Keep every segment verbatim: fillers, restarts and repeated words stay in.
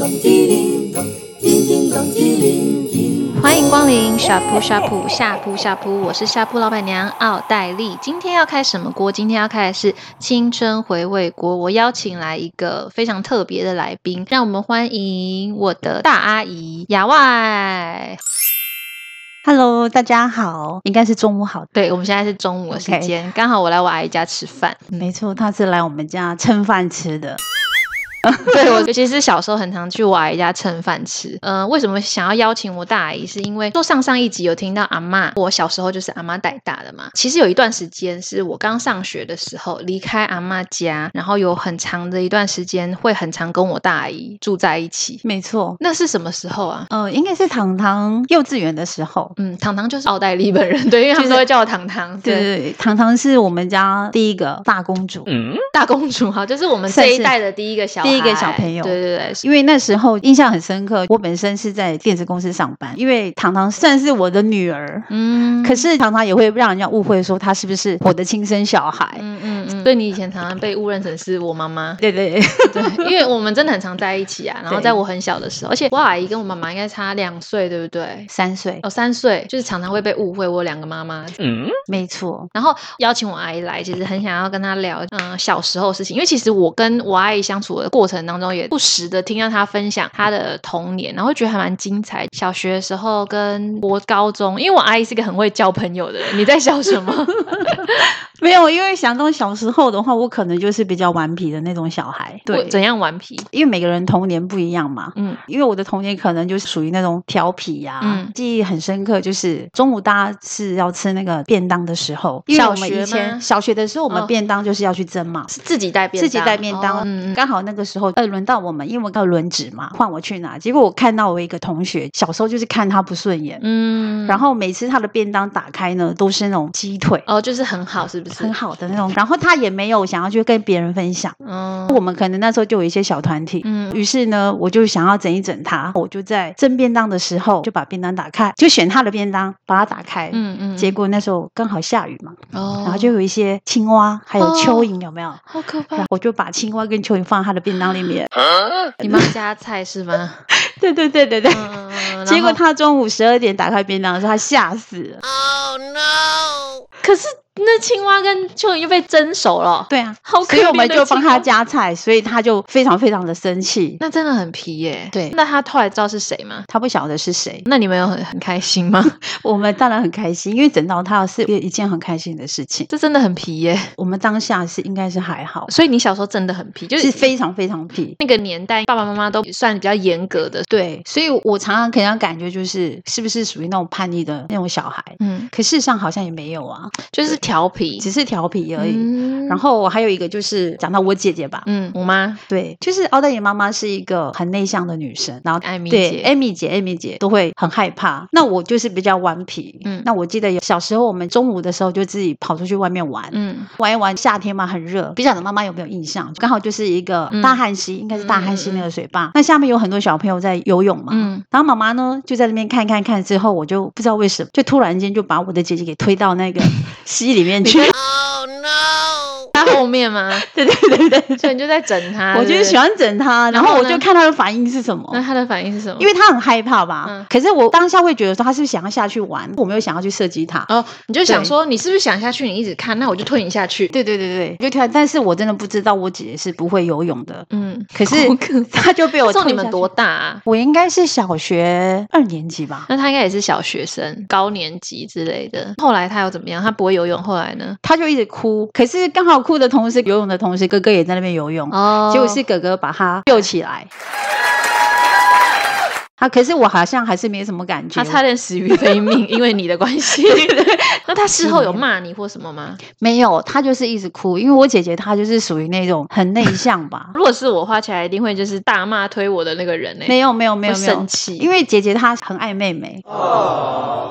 欢迎光临下铺下铺下铺下铺，我是下铺老板娘奥黛丽。今天要开什么锅？今天要开的是青春回味锅。我邀请来一个非常特别的来宾，让我们欢迎我的大阿姨雅外。 Hello， 大家好，应该是中午好。 对，我们现在是中午的时间， okay. 刚好我来我阿姨家吃饭。 没错，她是来我们家蹭饭吃的。 对，我其实小时候很常去我阿姨家蹭饭吃。呃，为什么想要邀请我大阿姨？是因为就上上一集有听到阿嬷，我小时候就是阿嬷带大的嘛。其实有一段时间是我刚上学的时候离开阿嬷家，然后有很长的一段时间会很常跟我大阿姨住在一起。 没错， 那是什么时候啊？ 呃，应该是糖糖幼稚园的时候。 嗯，糖糖就是奥黛丽本人，对，因为他们都会叫我糖糖。 对对对，糖糖是我们家第一个大公主。 嗯，大公主好，就是我们这一代的第一个小孩， 第一个小朋友。 对对对， 因为那时候印象很深刻，我本身是在电子公司上班，因为糖糖算是我的女儿，嗯，可是糖糖也会让人家误会说她是不是我的亲生小孩， 嗯嗯嗯，所以你以前常常被误认成是我妈妈， 对对对，因为我们真的很常在一起啊，然后在我很小的时候，而且我阿姨跟我妈妈应该差两岁，对不对？ 三岁哦，三岁，就是常常会被误会我有两个妈妈， 嗯，没错。 然后邀请我阿姨来，其实很想要跟她聊，嗯，小时候的事情，因为其实我跟我阿姨相处的过程当中，也不时的听到她分享她的童年，然后觉得还蛮精彩。小学的时候跟国高中，因为我阿姨是一个很会交朋友的人。你在笑什么？ 没有，因为想到小时候的话，我可能就是比较顽皮的那种小孩。对， 怎样顽皮？ 因为每个人童年不一样嘛。嗯，因为我的童年可能就是属于那种调皮呀、啊，嗯，记忆很深刻。就是中午大家是要吃那个便当的时候，因为我们以前小学的时候，我们便当就是要去蒸嘛， 是自己带便当， 自己带便当。哦、嗯，刚好那个时候呃轮到我们，因为我要轮值嘛，换我去拿。结果我看到我一个同学，小时候就是看他不顺眼，嗯，然后每次他的便当打开呢，都是那种鸡腿， 哦，就是很好，是不是？ 很好的那种，然后他也没有想要去跟别人分享。嗯，我们可能那时候就有一些小团体，嗯，于是呢，我就想要整一整他，我就在蒸便当的时候就把便当打开，就选他的便当把它打开，嗯嗯，结果那时候刚好下雨嘛，哦，然后就有一些青蛙还有蚯蚓，有没有？哦、 好可怕！ 我就把青蛙跟蚯蚓放在他的便当里面。 你妈加菜是吗？ 对对对对对，嗯、结果他中午十二点打开便当的时候，他吓死了。Oh no！ 可是那青蛙跟蚯蚓就被蒸熟了。 对啊， 好可怜的青蛙， 所以我们就帮他加菜，所以他就非常非常的生气。 那真的很皮耶。 对， 那他后来知道是谁吗？ 他不晓得是谁。 那你们有很很开心吗？ 我们当然很开心，因为整到他是一件很开心的事情。 这真的很皮耶。 我们当下是应该是还好， 所以你小时候真的很皮，就是非常非常皮。 那个年代，爸爸妈妈都算比较严格的， 对，所以我常常给人感觉就是是不是属于那种叛逆的那种小孩。嗯，可事实上好像也没有啊， 就是调皮， 只是调皮而已。嗯、然后我还有一个就是讲到我姐姐吧， 嗯，我妈， 对，就是奥黛丽妈妈是一个很内向的女生，然后艾米姐， 艾米姐，艾米姐都会很害怕。那我就是比较顽皮，嗯，那我记得有小时候我们中午的时候就自己跑出去外面玩，嗯，玩一玩，夏天嘛很热，不晓得妈妈有没有印象？刚好就是一个大汉溪，嗯、应该是大汉溪那个水坝，嗯、那下面有很多小朋友在游泳嘛，嗯，然后妈妈呢就在那边看看看，之后我就不知道为什么，就突然间就把我的姐姐给推到那个溪里面去。 Oh no！ 他后面吗？ 对对对对， 所以你就在整他。 我就是喜欢整他，然后我就看他的反应是什么。 那他的反应是什么？ 因为他很害怕吧。嗯、可是我当下会觉得说，他是不是想要下去玩？我没有想要去射击他。 哦，你就想说，你是不是想下去？你一直看，那我就推你下去。 对对对对，就跳。但是我真的不知道我姐姐是不会游泳的。嗯，可是他就被我推下去。 你们多大啊？ 我应该是小学二年级吧。 那他应该也是小学生，高年级之类的。后来他又怎么样？他不会游泳，后来呢？ 他就一直哭。可是刚好哭的同时，游泳的同时，哥哥也在那边游泳。哦，结果是哥哥把他救起来。啊！可是我好像还是没什么感觉， 他差点死于非命，因为你的关系。那他事后有骂你或什么吗？ 没有，他就是一直哭，因为我姐姐她就是属于那种很内向吧。 如果是我画起来，一定会就是大骂推我的那个人、欸、 没有没有没有没有生气， 因为姐姐她很爱妹妹。哦，嗯。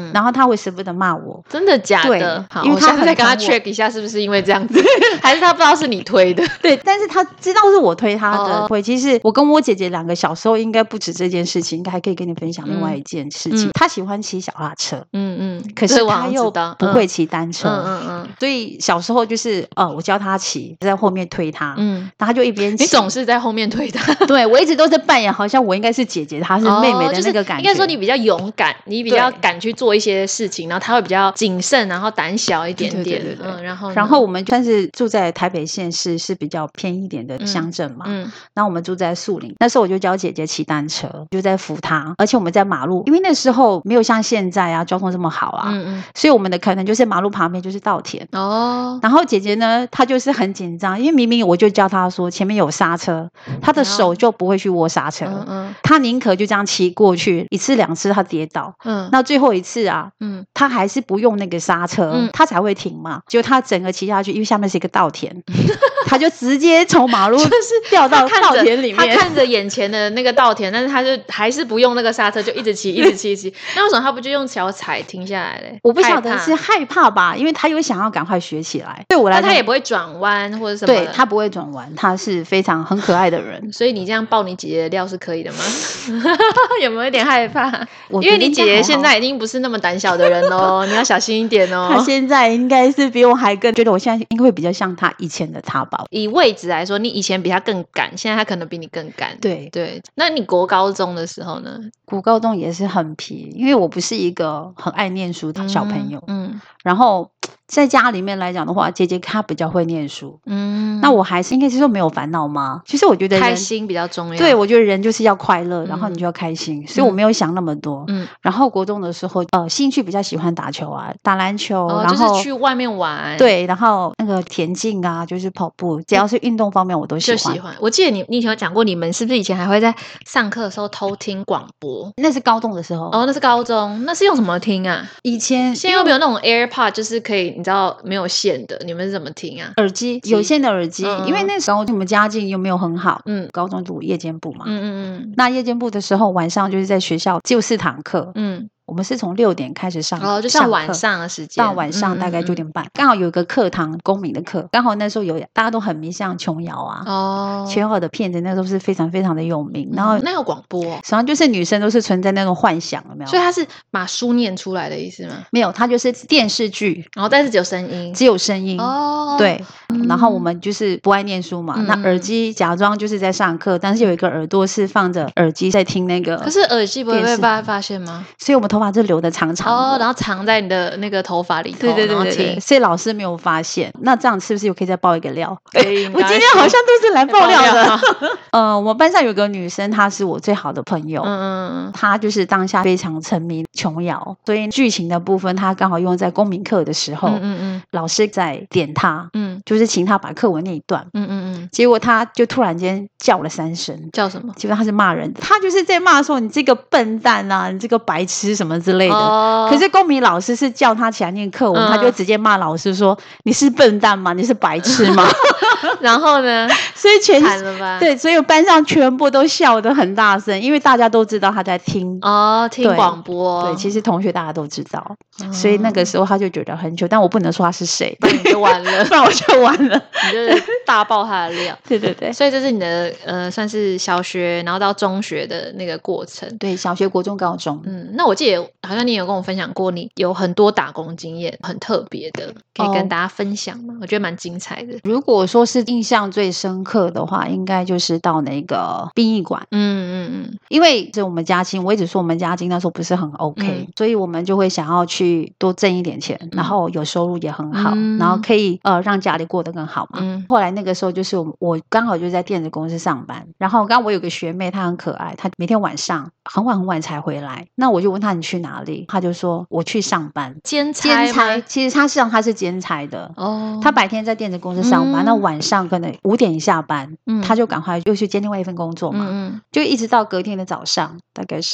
嗯，然后他会舍不得骂我。 真的假的？好，因为他再跟他 check 一下是不是因为这样子，还是他不知道是你推的？ 对，但是他知道是我推他的。推、哦、其实我跟我姐姐两个小时候应该不止这件事情，应该还可以跟你分享另外一件事情。嗯、他喜欢骑脚踏车，嗯嗯，可是他又不会骑单车，嗯嗯嗯，所以小时候就是呃，我教他骑，在后面推他，嗯，然后他就一边骑。 你总是在后面推他， 对我一直都是扮演好像我应该是姐姐，她是妹妹的那个感觉。 哦就是、应该说你比较勇敢，你比较敢去做一些事情，然后他会比较谨慎，然后胆小一点点。对对对对嗯，然后然后我们算是住在台北县市，是比较偏一点的乡镇嘛。嗯，然后我们住在树林，那时候我就教姐姐骑单车，就在扶她，而且我们在马路，因为那时候没有像现在啊交通这么好啊，嗯嗯，所以我们的可能就是马路旁边就是稻田哦。然后姐姐呢，她就是很紧张，因为明明我就教她说前面有刹车，她的手就不会去握刹车，嗯嗯，她宁可就这样骑过去，一次两次她跌倒，嗯，那最后一次啊，嗯，她还是不用那个刹车，嗯，她才会停嘛。结果她整个骑下去，因为下面是一个稻田，她就直接从马路就是掉到稻田里面。 她看着眼前的那个稻田，但是她就还是不用那个刹车，就一直骑，一直骑，骑。那为什么她不就用脚踩停下来嘞？ 我不晓得是害怕吧，因为她又想要赶快学起来。对我来说， 她也不会转弯或者什么的。 对，她不会转弯，她是非常很可爱的人。 所以你这样爆你姐姐的料是可以的吗？有没有一点害怕？因为你姐姐现在已经不是那么胆小的人咯，你要小心一点哦。 她现在应该是比我还更觉得我现在应该会比较像她以前的她吧。 以位置来说，你以前比她更敢，现在她可能比你更敢。 对对，那你国高中的时候呢？ 国高中也是很皮，因为我不是一个很爱念书的小朋友。嗯，嗯然后在家里面来讲的话，姐姐她比较会念书。嗯，那我还是应该是说没有烦恼吗？其实我觉得开心比较重要。 对，我觉得人就是要快乐，然后你就要开心，嗯、所以我没有想那么多。嗯，然后国中的时候，呃，兴趣比较喜欢打球啊，打篮球， 哦、 然后就是去外面玩。 对，然后那个田径啊，就是跑步，只要是运动方面我都喜欢。 就喜欢。我记得你，你以前有讲过，你们是不是以前还会在上课的时候偷听广播？ 那是高中的时候。 哦，那是高中，那是用什么听啊？ 以前现在有没有那种 AirPod， 就是可以你知道没有线的？你们是怎么听啊？ 耳机，有线的耳机。嗯、因为那时候我们家境又没有很好，嗯，高中读夜间部嘛，嗯嗯嗯。那夜间部的时候，晚上就是在学校只有四堂课，嗯。我们是从六点开始上， 哦，就上晚上的时间， 到晚上大概九点半，刚、嗯嗯、好有一个课堂公民的课，刚好那时候有大家都很迷像琼瑶啊，哦，琼瑶的片子那时候是非常非常的有名，然后、 嗯、那有广播， 实际上就是女生都是存在那种幻想，有没有？ 所以它是把书念出来的意思吗？ 没有，它就是电视剧， 然后但是只有声音， 只有声音哦，对。然后我们就是不爱念书嘛，嗯、那耳机假装就是在上课，但是有一个耳朵是放着耳机在听那个， 可是耳机不会被发发现吗？ 所以我们头发就留的长长的哦，然后藏在你的那个头发里头， 对对对对对，所以老师没有发现。那这样是不是又可以再爆一个料？我今天好像都是来爆料的。呃，我班上有个女生，她是我最好的朋友，嗯嗯，她就是当下非常沉迷琼瑶，所以剧情的部分她刚好用在公民课的时候，嗯嗯嗯，老师在点她，嗯，就是请她把课文那一段，嗯嗯嗯，结果她就突然间叫了三声， 叫什么？ 结果她是骂人，她就是在骂说你这个笨蛋啊，你这个白痴什么之类的。哦，可是公民老师是叫她起来念课文，嗯、她就直接骂老师说你是笨蛋吗？你是白痴吗？ 然后呢？ 所以全惨了吧？ 对，所以班上全部都笑得很大声，因为大家都知道她在听哦，听广播。 对，其实同学大家都知道，哦、所以那个时候他就觉得很糗，但我不能说他是谁， 不然你就完了， 不然我就完了， 你就是大爆他的料。 对对对， 所以这是你的呃，算是小学，然后到中学的那个过程。 对，小学、国中、高中。 嗯，那我记得好像你有跟我分享过，你有很多打工经验，很特别的，可以跟大家分享吗？哦、我觉得蛮精彩的。 如果说是印象最深刻的话，应该就是到那个殡仪馆。嗯嗯嗯，因为是我们家境，我一直说我们家境那时候不是很 OK，、嗯、所以我们就会想要去多挣一点钱，嗯、然后有收入也很好，嗯、然后可以呃让家里过得更好嘛。嗯、后来那个时候就是我我刚好就在电子公司上班，然后刚刚我有个学妹，她很可爱，她每天晚上很晚很晚才回来，那我就问她你去哪里，她就说我去上班， 兼差兼差，其实她实际上她是兼差的哦，她白天在电子公司上班，嗯、那晚上可能五点一下班，嗯、她就赶快又去接另外一份工作嘛，嗯、就一直到隔天的早上，大概是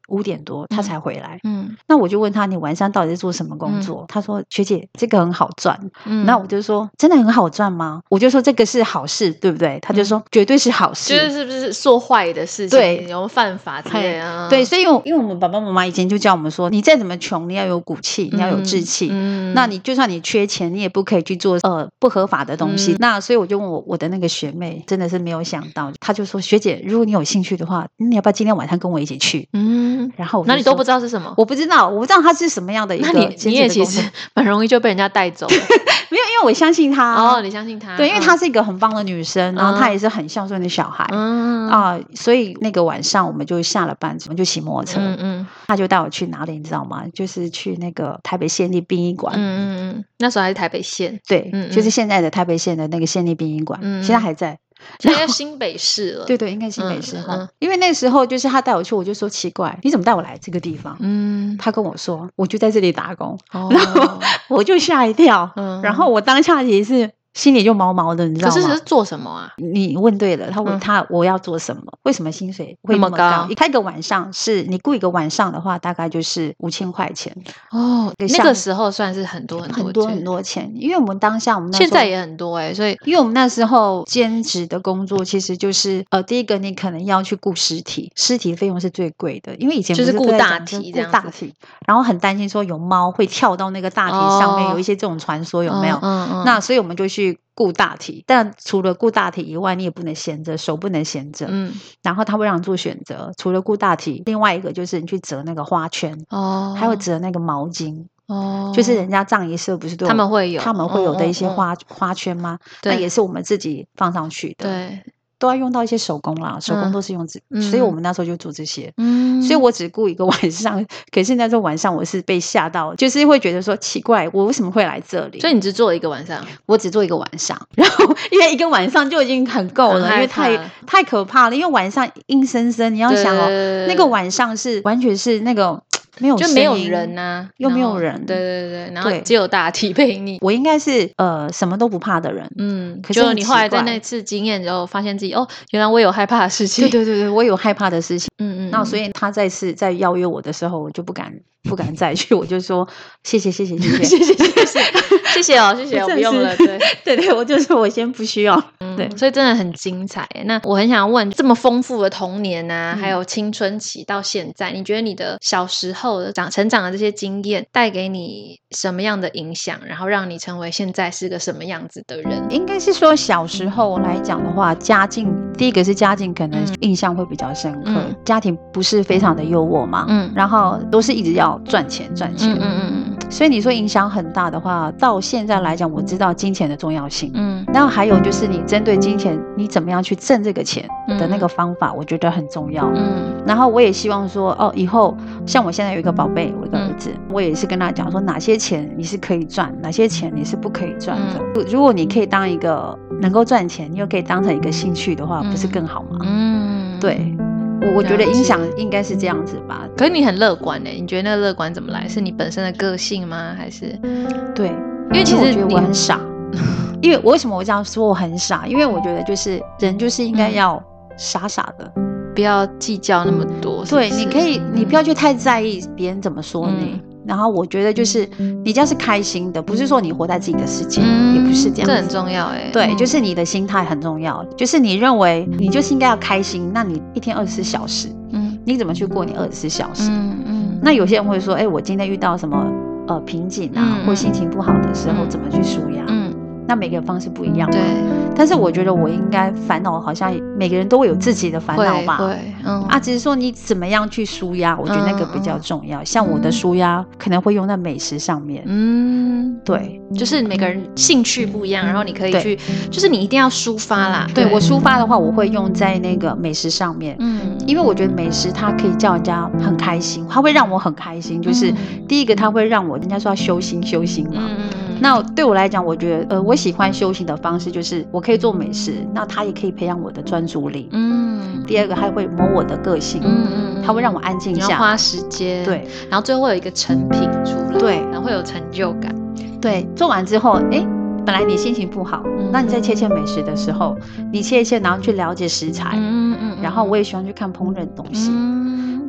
五点多他才回来。嗯，那我就问他你晚上到底是做什么工作？嗯、他说学姐这个很好赚。嗯，那我就说真的很好赚吗？我就说这个是好事，对不对？他就说、嗯、绝对是好事。 就是是不是做坏的事情？对，有犯法之类的。 对，所以因为我们爸爸妈妈以前就教我们说，你再怎么穷，你要有骨气，你要有志气。嗯，那你就算你缺钱，你也不可以去做呃不合法的东西。嗯、那所以我就问我我的那个学妹，真的是没有想到，她就说学姐，如果你有兴趣的话，你要不要今天晚上跟我一起去？嗯，然后那你都不知道是什么？ 我不知道，我不知道它是什么样的一个。 那你你也其实蛮容易就被人家带走了。 没有，因为我相信她。 哦，你相信她？ 对，因为她是一个很棒的女生，然后她也是很孝顺的小孩。嗯啊、呃，所以那个晚上我们就下了班，我们就骑摩托车。嗯嗯，她就带我去哪里，你知道吗？就是去那个台北县立殡仪馆。 嗯嗯嗯，那时候还是台北县。 对，嗯嗯，就是现在的台北县的那个县立殡仪馆，嗯嗯，现在还在。 现在新北市了。 对对，应该新北市哈、嗯嗯。因为那时候就是他带我去，我就说奇怪，你怎么带我来这个地方？嗯，他跟我说，我就在这里打工。哦，然后我就吓一跳。嗯，然后我当下也是。心里就毛毛的，你知道吗？ 可是是做什么啊？ 你问对了，他问他、嗯、我要做什么？为什么薪水会那么高？那么高他一个晚上是你雇一个晚上的话，大概就是五千块钱哦。那个时候算是很多很多很多很多钱，因为我们当下我们那时候现在也很多哎、欸，所以因为我们那时候兼职的工作其实就是呃，第一个你可能要去雇尸体，尸体费用是最贵的，因为以前不是雇大体这样子， 雇大体，然后很担心说有猫会跳到那个大体上面，哦、有一些这种传说有没有？嗯嗯，那所以我们就去。顾大体，但除了顾大体以外，你也不能闲着，手不能闲着。嗯，然后他会让你做选择，除了顾大体，另外一个就是你去折那个花圈，哦，还有折那个毛巾。哦，就是人家葬仪社不是都有他们会有他们会有的一些花、哦、花圈吗？那也是我们自己放上去的。 对。 都要用到一些手工啦，手工都是用纸、嗯，所以我们那时候就做这些。嗯，所以我只顾一个晚上，可是那时候晚上我是被吓到，就是会觉得说奇怪，我为什么会来这里？ 所以你只做一个晚上？ 我只做一个晚上，然后因为一个晚上就已经很够了，因为太太可怕了，因为晚上阴森森，你要想哦，那个晚上是完全是那个。没有就没有人啊， 又没有人， 对对对，然后只有大体陪你。 我应该是呃什么都不怕的人，嗯， 可是你后来在那次经验之后，发现自己哦，原来我有害怕的事情， 对对对对，我有害怕的事情，嗯嗯，那所以他再次再邀约我的时候，我就不敢不敢再去，我就说谢谢谢谢谢谢谢谢谢谢谢谢哦，谢谢我不用了，对对对，我就说我先不需要， 嗯，对，所以真的很精彩。那我很想问，这么丰富的童年啊，嗯、还有青春期到现在，你觉得你的小时候的长成长的这些经验带给你什么样的影响，然后让你成为现在是个什么样子的人？ 应该是说小时候来讲的话，家境第一个是家境可能印象会比较深刻，嗯、家庭不是非常的优渥嘛，嗯，然后都是一直要赚钱赚钱，嗯嗯嗯，所以你说影响很大的话，到现在来讲，我知道金钱的重要性，嗯，然后还有就是你针对金钱，你怎么样去挣这个钱的那个方法，我觉得很重要，嗯，然后我也希望说，哦，以后像我现在有一个宝贝，我一个儿子，嗯、我也是跟他讲说，哪些钱你是可以赚，哪些钱你是不可以赚的。嗯、如果你可以当一个能够赚钱，你又可以当成一个兴趣的话，嗯、不是更好吗？嗯，对。我我觉得影响应该是这样子吧。 可是你很乐观耶，你觉得那个乐观怎么来？是你本身的个性吗？还是对？因为其实我觉得我很傻，因为我为什么我这样说我很傻？因为我觉得就是人就是应该要傻傻的， 嗯、不要计较那么多。是不是？ 对，你可以，你不要去太在意别人怎么说你。嗯，然后我觉得就是你这样是开心的，不是说你活在自己的世界，嗯、也不是这样子， 这很重要哎。 对，嗯、就是你的心态很重要，就是你认为你就是应该要开心，那你一天二十四小时，嗯，你怎么去过你二十四小时？嗯嗯。那有些人会说，哎、欸，我今天遇到什么呃瓶颈啊，嗯、或心情不好的时候，嗯、怎么去抒压？嗯。那每个人方式不一样嘛，对。但是我觉得我应该烦恼，好像每个人都会有自己的烦恼吧，对，嗯啊，只是说你怎么样去抒压，我觉得那个比较重要。嗯、像我的抒压可能会用在美食上面，嗯，对， 就是每个人兴趣不一样，然后你可以去，就是你一定要抒发啦。 对，我抒发的话，我会用在那个美食上面，嗯，因为我觉得美食它可以叫人家很开心，它会让我很开心。就是第一个，它会让我，人家说要修心修心嘛，嗯嗯。那对我来讲，我觉得呃，我喜欢修行的方式就是我可以做美食，那它也可以培养我的专注力。嗯，第二个还会磨我的个性，嗯嗯，它会让我安静下来， 你要花时间，对，然后最后会有一个成品出来， 对， 然后会有成就感， 对，做完之后，哎，本来你心情不好，嗯、那你在切切美食的时候，你切一切，然后去了解食材，嗯嗯，然后我也喜欢去看烹饪东西。嗯，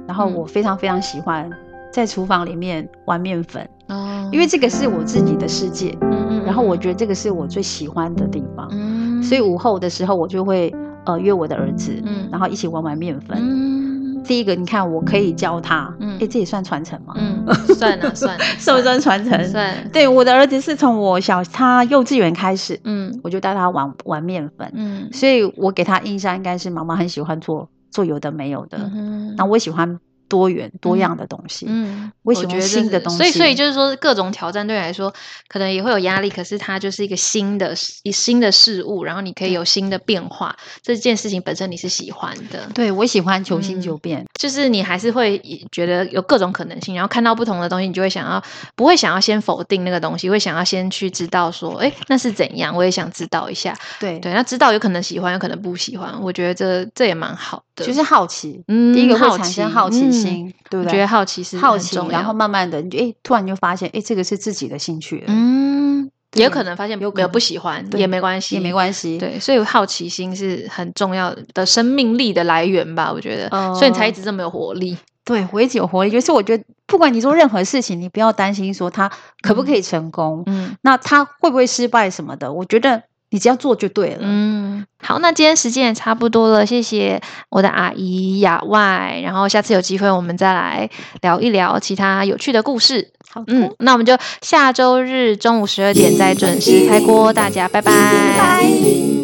然后我非常非常喜欢在厨房里面玩面粉，哦，因为这个是我自己的世界，嗯嗯，然后我觉得这个是我最喜欢的地方，嗯，所以午后的时候我就会呃约我的儿子，嗯，然后一起玩玩面粉，嗯，第一个你看我可以教他，嗯，哎，这也算传承吗？ 嗯，算了算了， 算不算传承？ 算。 对，我的儿子是从我小他幼稚园开始，嗯，我就带他玩玩面粉，嗯，所以我给他印象应该是妈妈很喜欢做做有的没有的，嗯，那我喜欢多元多样的东西，嗯，我喜欢新的东西， 所以所以就是说各种挑战对你来说可能也会有压力，可是它就是一个新的新的事物，然后你可以有新的变化，这件事情本身你是喜欢的。 对，我喜欢求新求变，嗯， 就是你还是会觉得有各种可能性，然后看到不同的东西你就会想要不会想要先否定那个东西，会想要先去知道说哎那是怎样，我也想知道一下。 对对，那知道有可能喜欢有可能不喜欢，我觉得这这也蛮好的， 就是好奇，嗯，第一个会产生好奇心，嗯，对不对？ 我觉得好奇是好奇，然后慢慢的你就哎突然就发现哎这个是自己的兴趣了， 嗯，也有可能发现有不喜欢也没关系， 也没关系， 对，所以好奇心是很重要的生命力的来源吧，我觉得，呃，所以你才一直这么有活力。 对，我一直有活力，就是我觉得不管你做任何事情，你不要担心说它可不可以成功，嗯，那它会不会失败什么的，我觉得你只要做就对了。嗯， 好，那今天时间也差不多了，谢谢我的阿姨雅外，然后下次有机会我们再来聊一聊其他有趣的故事。 好， 嗯，那我们就下周日中午十二点再准时开锅，大家拜拜。 拜拜。